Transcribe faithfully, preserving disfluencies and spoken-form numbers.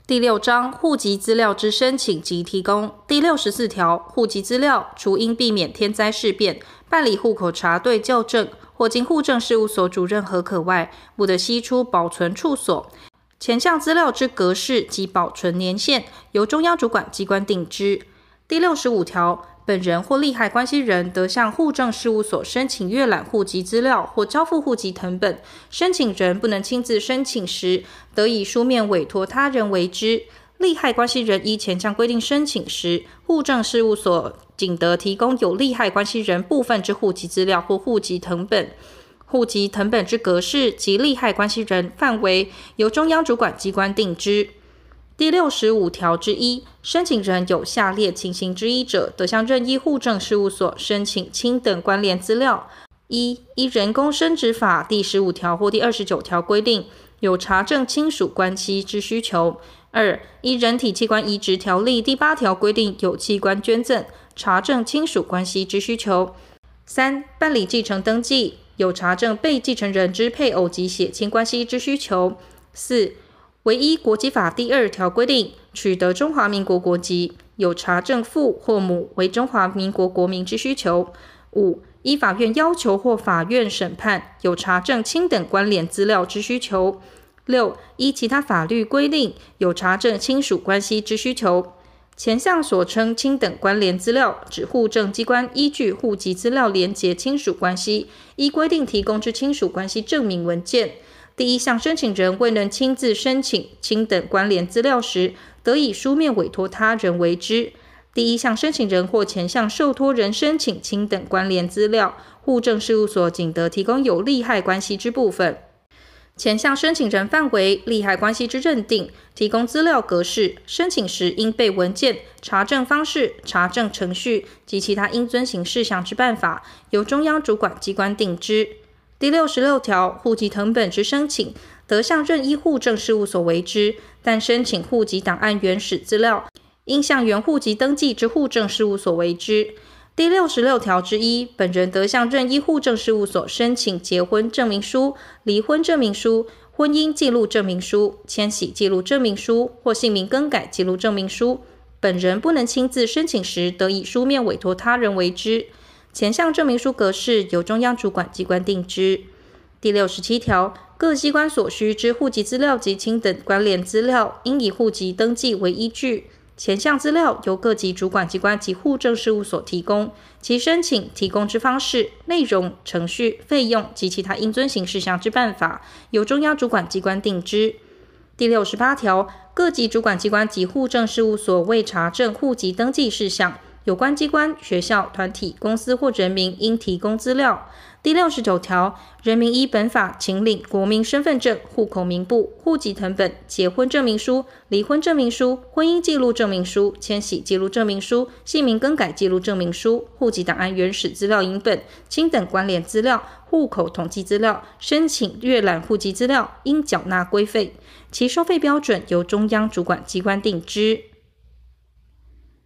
第六章户籍资料之申请及提供第六十四条，户籍资料除因避免天灾事变，办理户口查对校正，或经户政事务所主任核可外，不得析出保存处所。前项资料之格式及保存年限，由中央主管机关定之。第六十五条，本人或利害关系人得向户政事务所申请阅览户籍资料或交付户籍誊本，申请人不能亲自申请时，得以书面委托他人为之。利害关系人依前项规定申请时，户政事务所仅得提供有利害关系人部分之户籍资料或户籍誊本。户籍誊本之格式及利害关系人范围，由中央主管机关定之。第六十五条之一，申请人有下列情形之一者，得向任意户政事务所申请亲等关联资料：一、依人工生殖法第十五条或第二十九条规定，有查证亲属关系之需求；二、依人体器官移植条例第八条规定，有器官捐赠，查证亲属关系之需求；三、办理继承登记，有查证被继承人之配偶及血亲关系之需求；四、唯依国籍法第二条规定取得中华民国国籍，有查证父或母为中华民国国民之需求；五、依法院要求或法院审判，有查证亲等关联资料之需求；六、依其他法律规定，有查证亲属关系之需求。前项所称亲等关联资料，指户政机关依据户籍资料连结亲属关系，依规定提供之亲属关系证明文件。第一项申请人未能亲自申请亲等关联资料时，得以书面委托他人为之。第一项申请人或前项受托人申请亲等关联资料，户政事务所仅得提供有利害关系之部分。前项申请人范围、利害关系之认定、提供资料格式、申请时应备文件、查证方式、查证程序及其他应遵行事项之办法，由中央主管机关定之。第六十六条，户籍誊本之申请，得向任意户政事务所为之，但申请户籍档案原始资料，应向原户籍登记之户政事务所为之。第六十六条之一，本人得向任意户政事务所申请结婚证明书、离婚证明书、婚姻记录证明书、迁徙记录证明书或姓名更改记录证明书。本人不能亲自申请时，得以书面委托他人为之。前项证明书格式由中央主管机关定之。第六十七条，各机关所需之户籍资料及亲等关联资料，应以户籍登记为依据。前项资料由各级主管机关及户政事务所提供，其申请、提供之方式、内容、程序、费用及其他应遵行事项之办法，由中央主管机关定之。第六十八条，各级主管机关及户政事务所为查证户籍登记事项，有关机关、学校、团体、公司或人民应提供资料。第六十九条，人民依本法请领国民身份证、户口名簿、户籍誊本、结婚证明书、离婚证明书、婚姻记录证明书、迁徙记录证明书、姓名更改记录证明书、户籍档案原始资料影本、亲等关联资料、户口统计资料，申请阅览户籍资料，应缴纳规费，其收费标准由中央主管机关定之。